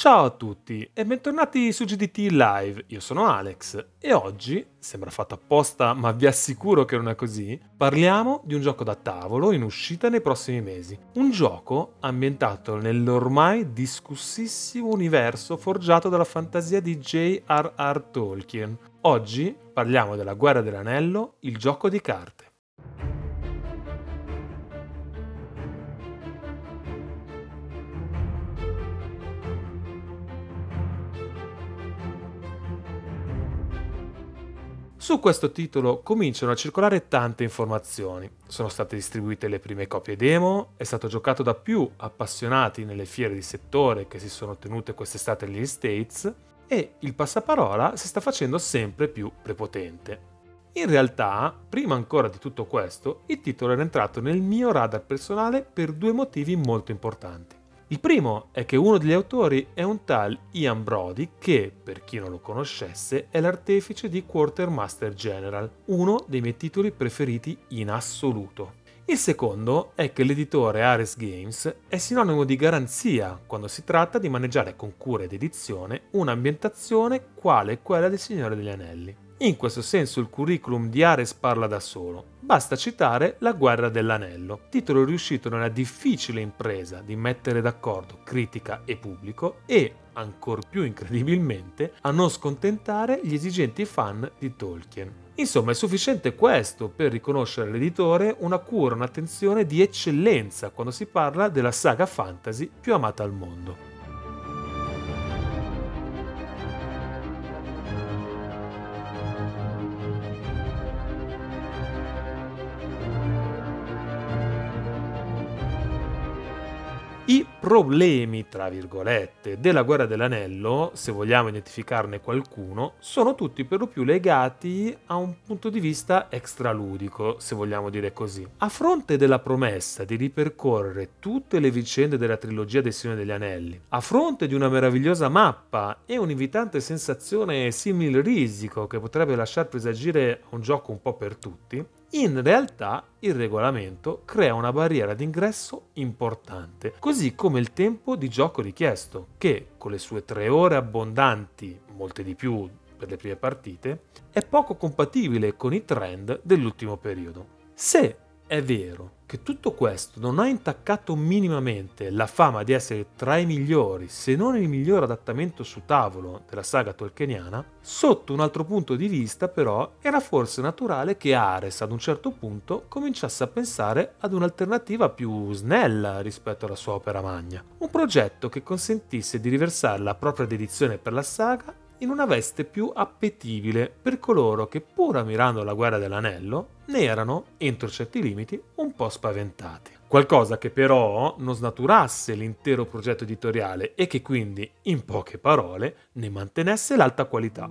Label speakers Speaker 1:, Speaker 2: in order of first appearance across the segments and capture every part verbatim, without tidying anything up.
Speaker 1: Ciao a tutti e bentornati su G D T Live, io sono Alex e oggi, sembra fatto apposta ma vi assicuro che non è così, parliamo di un gioco da tavolo in uscita nei prossimi mesi. Un gioco ambientato nell'ormai discussissimo universo forgiato dalla fantasia di J R R. Tolkien. Oggi parliamo della Guerra dell'Anello, il gioco di carte. Su questo titolo cominciano a circolare tante informazioni. Sono state distribuite le prime copie demo, è stato giocato da più appassionati nelle fiere di settore che si sono tenute quest'estate negli States e il passaparola si sta facendo sempre più prepotente. In realtà, prima ancora di tutto questo, il titolo era entrato nel mio radar personale per due motivi molto importanti. Il primo è che uno degli autori è un tal Ian Brody che, per chi non lo conoscesse, è l'artefice di Quartermaster General, uno dei miei titoli preferiti in assoluto. Il secondo è che l'editore Ares Games è sinonimo di garanzia quando si tratta di maneggiare con cura ed edizione un'ambientazione quale quella del Signore degli Anelli. In questo senso il curriculum di Ares parla da solo. Basta citare La Guerra dell'Anello, titolo riuscito nella difficile impresa di mettere d'accordo critica e pubblico e, ancor più incredibilmente, a non scontentare gli esigenti fan di Tolkien. Insomma, è sufficiente questo per riconoscere all'editore una cura e un'attenzione di eccellenza quando si parla della saga fantasy più amata al mondo. I problemi, tra virgolette, della Guerra dell'Anello, se vogliamo identificarne qualcuno, sono tutti per lo più legati a un punto di vista extraludico, se vogliamo dire così. A fronte della promessa di ripercorrere tutte le vicende della trilogia del Signore degli Anelli, a fronte di una meravigliosa mappa e un'invitante sensazione simil risico che potrebbe lasciar presagire un gioco un po' per tutti, in realtà il regolamento crea una barriera d'ingresso importante, così come il tempo di gioco richiesto, che con le sue tre ore abbondanti, molte di più per le prime partite, è poco compatibile con i trend dell'ultimo periodo. Se è vero che tutto questo non ha intaccato minimamente la fama di essere tra i migliori, se non il miglior adattamento su tavolo della saga tolkieniana, sotto un altro punto di vista però era forse naturale che Ares ad un certo punto cominciasse a pensare ad un'alternativa più snella rispetto alla sua opera magna, un progetto che consentisse di riversare la propria dedizione per la saga in una veste più appetibile per coloro che, pur ammirando la Guerra dell'Anello, ne erano, entro certi limiti, un po' spaventati. Qualcosa che però non snaturasse l'intero progetto editoriale e che quindi, in poche parole, ne mantenesse l'alta qualità.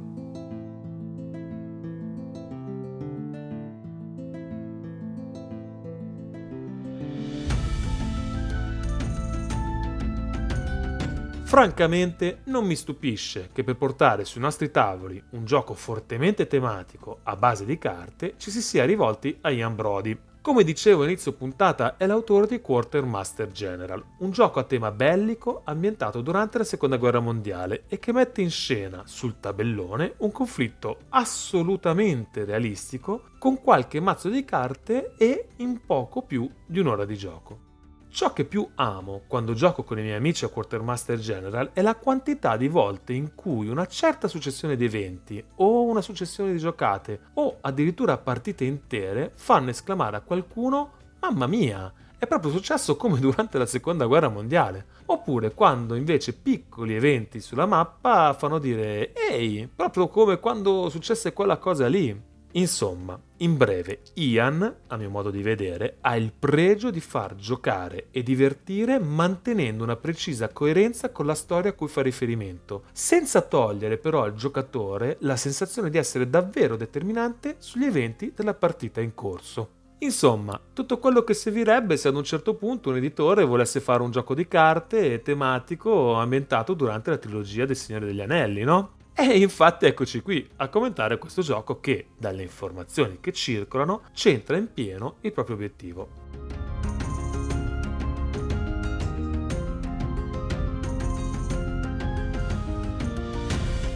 Speaker 1: Francamente non mi stupisce che per portare sui nostri tavoli un gioco fortemente tematico a base di carte ci si sia rivolti a Ian Brody. Come dicevo all'inizio puntata, è l'autore di Quartermaster General, un gioco a tema bellico ambientato durante la Seconda Guerra Mondiale e che mette in scena sul tabellone un conflitto assolutamente realistico con qualche mazzo di carte e in poco più di un'ora di gioco. Ciò che più amo quando gioco con i miei amici a Quartermaster General è la quantità di volte in cui una certa successione di eventi o una successione di giocate o addirittura partite intere fanno esclamare a qualcuno «Mamma mia!» È proprio successo come durante la Seconda Guerra Mondiale. Oppure quando invece piccoli eventi sulla mappa fanno dire «Ehi!» proprio come quando successe quella cosa lì. Insomma, in breve, Ian, a mio modo di vedere, ha il pregio di far giocare e divertire mantenendo una precisa coerenza con la storia a cui fa riferimento, senza togliere però al giocatore la sensazione di essere davvero determinante sugli eventi della partita in corso. Insomma, tutto quello che servirebbe se ad un certo punto un editore volesse fare un gioco di carte tematico ambientato durante la trilogia del Signore degli Anelli, no? E infatti eccoci qui a commentare questo gioco che, dalle informazioni che circolano, centra in pieno il proprio obiettivo.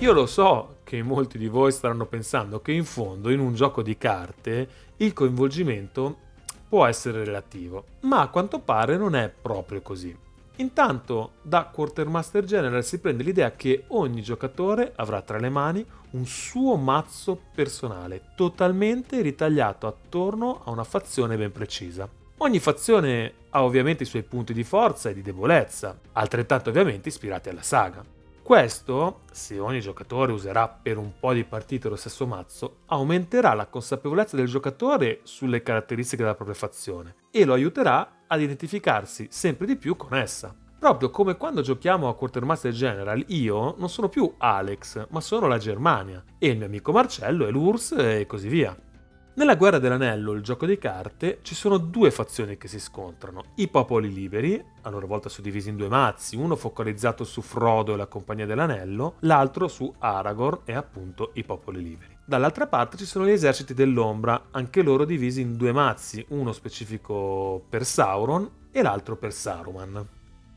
Speaker 1: Io lo so che molti di voi staranno pensando che in fondo in un gioco di carte il coinvolgimento può essere relativo, ma a quanto pare non è proprio così. Intanto da Quartermaster General si prende l'idea che ogni giocatore avrà tra le mani un suo mazzo personale, totalmente ritagliato attorno a una fazione ben precisa. Ogni fazione ha ovviamente i suoi punti di forza e di debolezza, altrettanto ovviamente ispirati alla saga. Questo, se ogni giocatore userà per un po' di partite lo stesso mazzo, aumenterà la consapevolezza del giocatore sulle caratteristiche della propria fazione e lo aiuterà ad identificarsi sempre di più con essa. Proprio come quando giochiamo a Quartermaster General, io non sono più Alex, ma sono la Germania, e il mio amico Marcello è l'U R S S e così via. Nella Guerra dell'Anello, il gioco di carte, ci sono due fazioni che si scontrano. I popoli liberi, a loro volta suddivisi in due mazzi, uno focalizzato su Frodo e la Compagnia dell'Anello, l'altro su Aragorn e appunto i popoli liberi. Dall'altra parte ci sono gli eserciti dell'ombra, anche loro divisi in due mazzi, uno specifico per Sauron e l'altro per Saruman.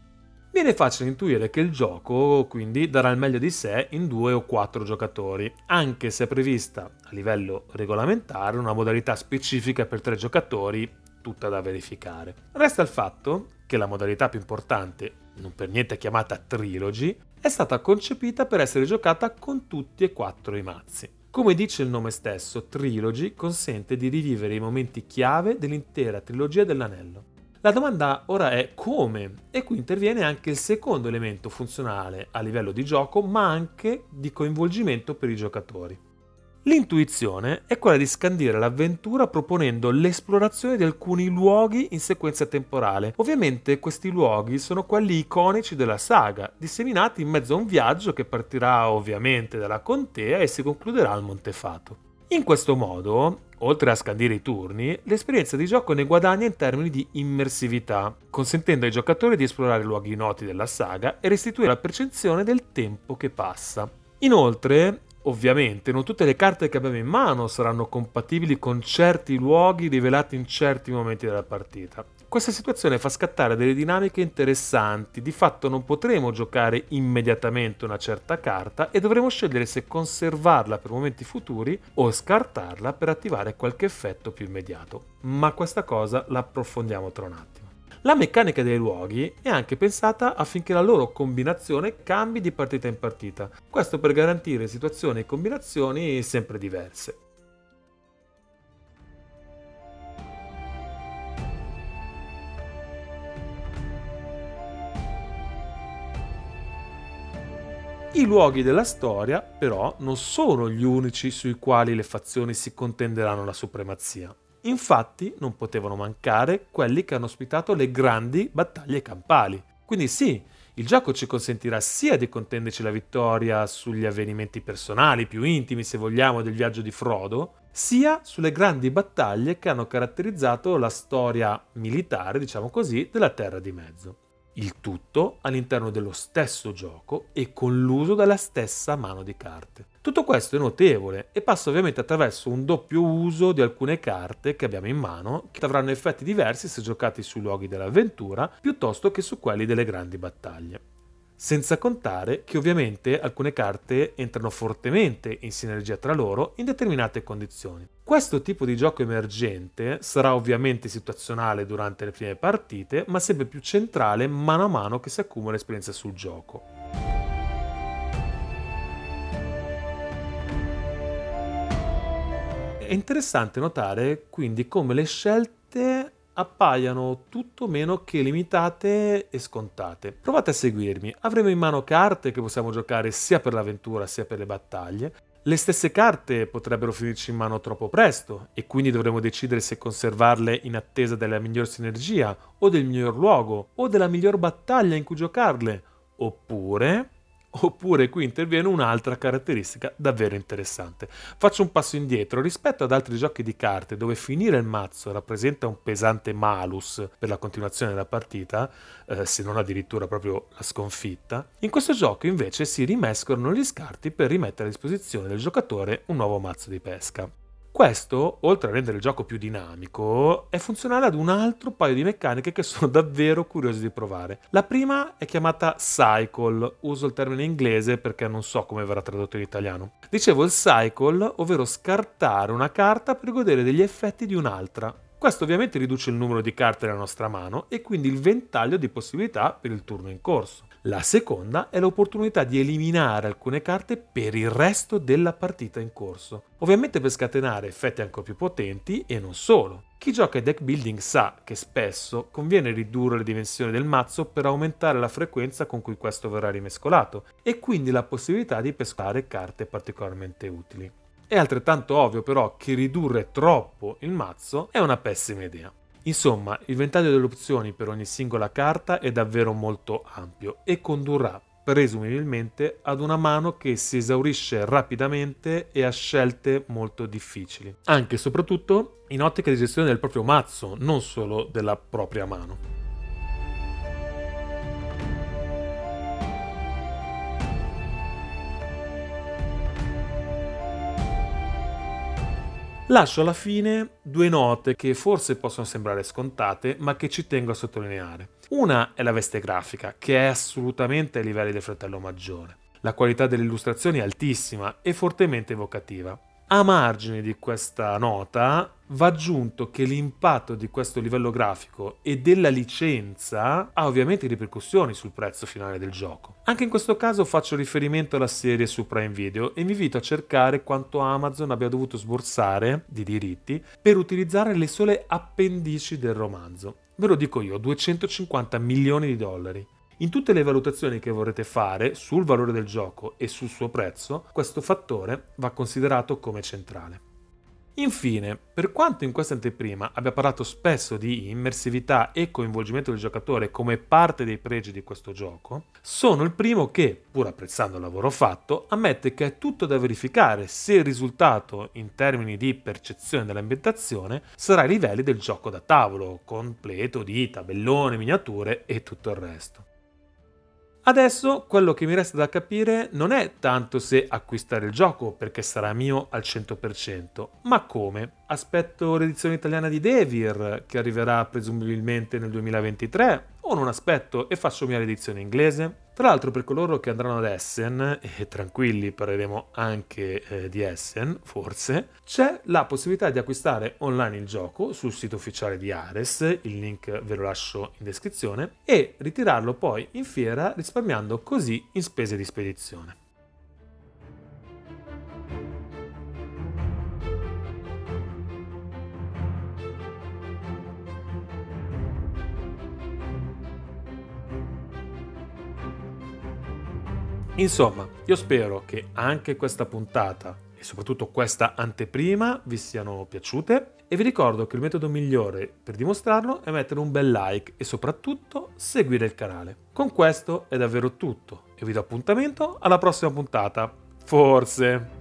Speaker 1: Viene facile intuire che il gioco quindi darà il meglio di sé in due o quattro giocatori, anche se è prevista a livello regolamentare una modalità specifica per tre giocatori, tutta da verificare. Resta il fatto che la modalità più importante, non per niente chiamata Trilogy, è stata concepita per essere giocata con tutti e quattro i mazzi. Come dice il nome stesso, Trilogy consente di rivivere i momenti chiave dell'intera trilogia dell'Anello. La domanda ora è come, e qui interviene anche il secondo elemento funzionale a livello di gioco, ma anche di coinvolgimento per i giocatori. L'intuizione è quella di scandire l'avventura proponendo l'esplorazione di alcuni luoghi in sequenza temporale. Ovviamente questi luoghi sono quelli iconici della saga, disseminati in mezzo a un viaggio che partirà ovviamente dalla contea e si concluderà al Montefato. In questo modo, oltre a scandire i turni, l'esperienza di gioco ne guadagna in termini di immersività, consentendo ai giocatori di esplorare luoghi noti della saga e restituire la percezione del tempo che passa. Inoltre, ovviamente, non tutte le carte che abbiamo in mano saranno compatibili con certi luoghi rivelati in certi momenti della partita. Questa situazione fa scattare delle dinamiche interessanti, di fatto non potremo giocare immediatamente una certa carta e dovremo scegliere se conservarla per momenti futuri o scartarla per attivare qualche effetto più immediato. Ma questa cosa la approfondiamo tra un attimo. La meccanica dei luoghi è anche pensata affinché la loro combinazione cambi di partita in partita, questo per garantire situazioni e combinazioni sempre diverse. I luoghi della storia, però, non sono gli unici sui quali le fazioni si contenderanno la supremazia. Infatti, non potevano mancare quelli che hanno ospitato le grandi battaglie campali. Quindi sì, il gioco ci consentirà sia di contenderci la vittoria sugli avvenimenti personali, più intimi se vogliamo, del viaggio di Frodo, sia sulle grandi battaglie che hanno caratterizzato la storia militare, diciamo così, della Terra di Mezzo. Il tutto all'interno dello stesso gioco e con l'uso della stessa mano di carte. Tutto questo è notevole e passa ovviamente attraverso un doppio uso di alcune carte che abbiamo in mano, che avranno effetti diversi se giocati sui luoghi dell'avventura piuttosto che su quelli delle grandi battaglie. Senza contare che ovviamente alcune carte entrano fortemente in sinergia tra loro in determinate condizioni. Questo tipo di gioco emergente sarà ovviamente situazionale durante le prime partite, ma sempre più centrale mano a mano che si accumula esperienza sul gioco. È interessante notare quindi come le scelte appaiano tutto meno che limitate e scontate. Provate a seguirmi. Avremo in mano carte che possiamo giocare sia per l'avventura sia per le battaglie. Le stesse carte potrebbero finirci in mano troppo presto e quindi dovremo decidere se conservarle in attesa della miglior sinergia o del miglior luogo o della miglior battaglia in cui giocarle. Oppure... Oppure qui interviene un'altra caratteristica davvero interessante. Faccio un passo indietro rispetto ad altri giochi di carte dove finire il mazzo rappresenta un pesante malus per la continuazione della partita, eh, se non addirittura proprio la sconfitta. In questo gioco invece si rimescolano gli scarti per rimettere a disposizione del giocatore un nuovo mazzo di pesca. Questo, oltre a rendere il gioco più dinamico, è funzionale ad un altro paio di meccaniche che sono davvero curioso di provare. La prima è chiamata Cycle, uso il termine inglese perché non so come verrà tradotto in italiano. Dicevo il Cycle, ovvero scartare una carta per godere degli effetti di un'altra. Questo ovviamente riduce il numero di carte nella nostra mano e quindi il ventaglio di possibilità per il turno in corso. La seconda è l'opportunità di eliminare alcune carte per il resto della partita in corso, ovviamente per scatenare effetti ancora più potenti e non solo. Chi gioca ai deck building sa che spesso conviene ridurre le dimensioni del mazzo per aumentare la frequenza con cui questo verrà rimescolato e quindi la possibilità di pescare carte particolarmente utili. È altrettanto ovvio però che ridurre troppo il mazzo è una pessima idea. Insomma, il ventaglio delle opzioni per ogni singola carta è davvero molto ampio e condurrà presumibilmente ad una mano che si esaurisce rapidamente e a scelte molto difficili, anche e soprattutto in ottica di gestione del proprio mazzo, non solo della propria mano. Lascio alla fine due note che forse possono sembrare scontate, ma che ci tengo a sottolineare. Una è la veste grafica, che è assolutamente ai livelli del fratello maggiore. La qualità delle illustrazioni è altissima e fortemente evocativa. A margine di questa nota va aggiunto che l'impatto di questo livello grafico e della licenza ha ovviamente ripercussioni sul prezzo finale del gioco. Anche in questo caso faccio riferimento alla serie su Prime Video e vi invito a cercare quanto Amazon abbia dovuto sborsare di diritti per utilizzare le sole appendici del romanzo. Ve lo dico io, duecentocinquanta milioni di dollari. In tutte le valutazioni che vorrete fare sul valore del gioco e sul suo prezzo, questo fattore va considerato come centrale. Infine, per quanto in questa anteprima abbia parlato spesso di immersività e coinvolgimento del giocatore come parte dei pregi di questo gioco, sono il primo che, pur apprezzando il lavoro fatto, ammette che è tutto da verificare se il risultato in termini di percezione dell'ambientazione sarà ai livelli del gioco da tavolo, completo di tabellone, miniature e tutto il resto. Adesso quello che mi resta da capire non è tanto se acquistare il gioco perché sarà mio al cento per cento, ma come. Aspetto l'edizione italiana di Devir che arriverà presumibilmente nel duemilaventitré o non aspetto e faccio mia l'edizione inglese? Tra l'altro per coloro che andranno ad Essen, e tranquilli parleremo anche eh, di Essen forse, c'è la possibilità di acquistare online il gioco sul sito ufficiale di Ares, il link ve lo lascio in descrizione, e ritirarlo poi in fiera risparmiando così in spese di spedizione. Insomma, io spero che anche questa puntata e soprattutto questa anteprima vi siano piaciute e vi ricordo che il metodo migliore per dimostrarlo è mettere un bel like e soprattutto seguire il canale. Con questo è davvero tutto e vi do appuntamento alla prossima puntata. Forse!